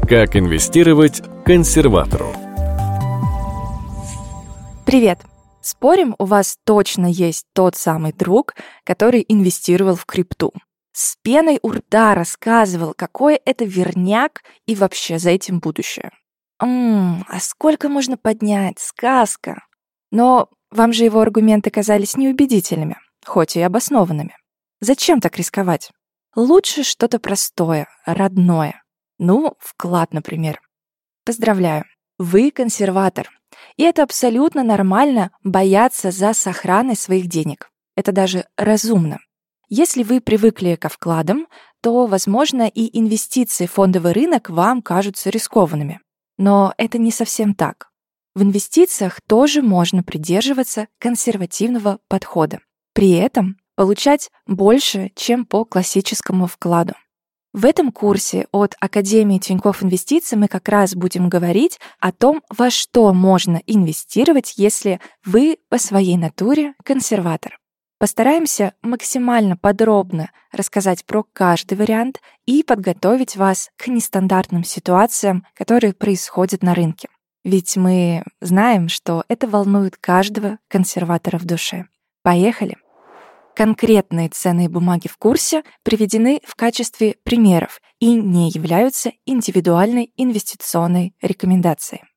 Как инвестировать консерватору? Привет! Спорим, у вас точно есть тот самый друг, который инвестировал в крипту. С пеной у рта рассказывал, какой это верняк и вообще за этим будущее. А сколько можно поднять? Сказка! Но вам же его аргументы казались неубедительными, хоть и обоснованными. Зачем так рисковать? Лучше что-то простое, родное. Вклад, например. Поздравляю, вы консерватор. И это абсолютно нормально бояться за сохранность своих денег. Это даже разумно. Если вы привыкли ко вкладам, то, возможно, и инвестиции в фондовый рынок вам кажутся рискованными. Но это не совсем так. В инвестициях тоже можно придерживаться консервативного подхода. При этом получать больше, чем по классическому вкладу. В этом курсе от Академии Тинькофф Инвестиций мы как раз будем говорить о том, во что можно инвестировать, если вы по своей натуре консерватор. Постараемся максимально подробно рассказать про каждый вариант и подготовить вас к нестандартным ситуациям, которые происходят на рынке. Ведь мы знаем, что это волнует каждого консерватора в душе. Поехали! Конкретные ценные бумаги в курсе приведены в качестве примеров и не являются индивидуальной инвестиционной рекомендацией.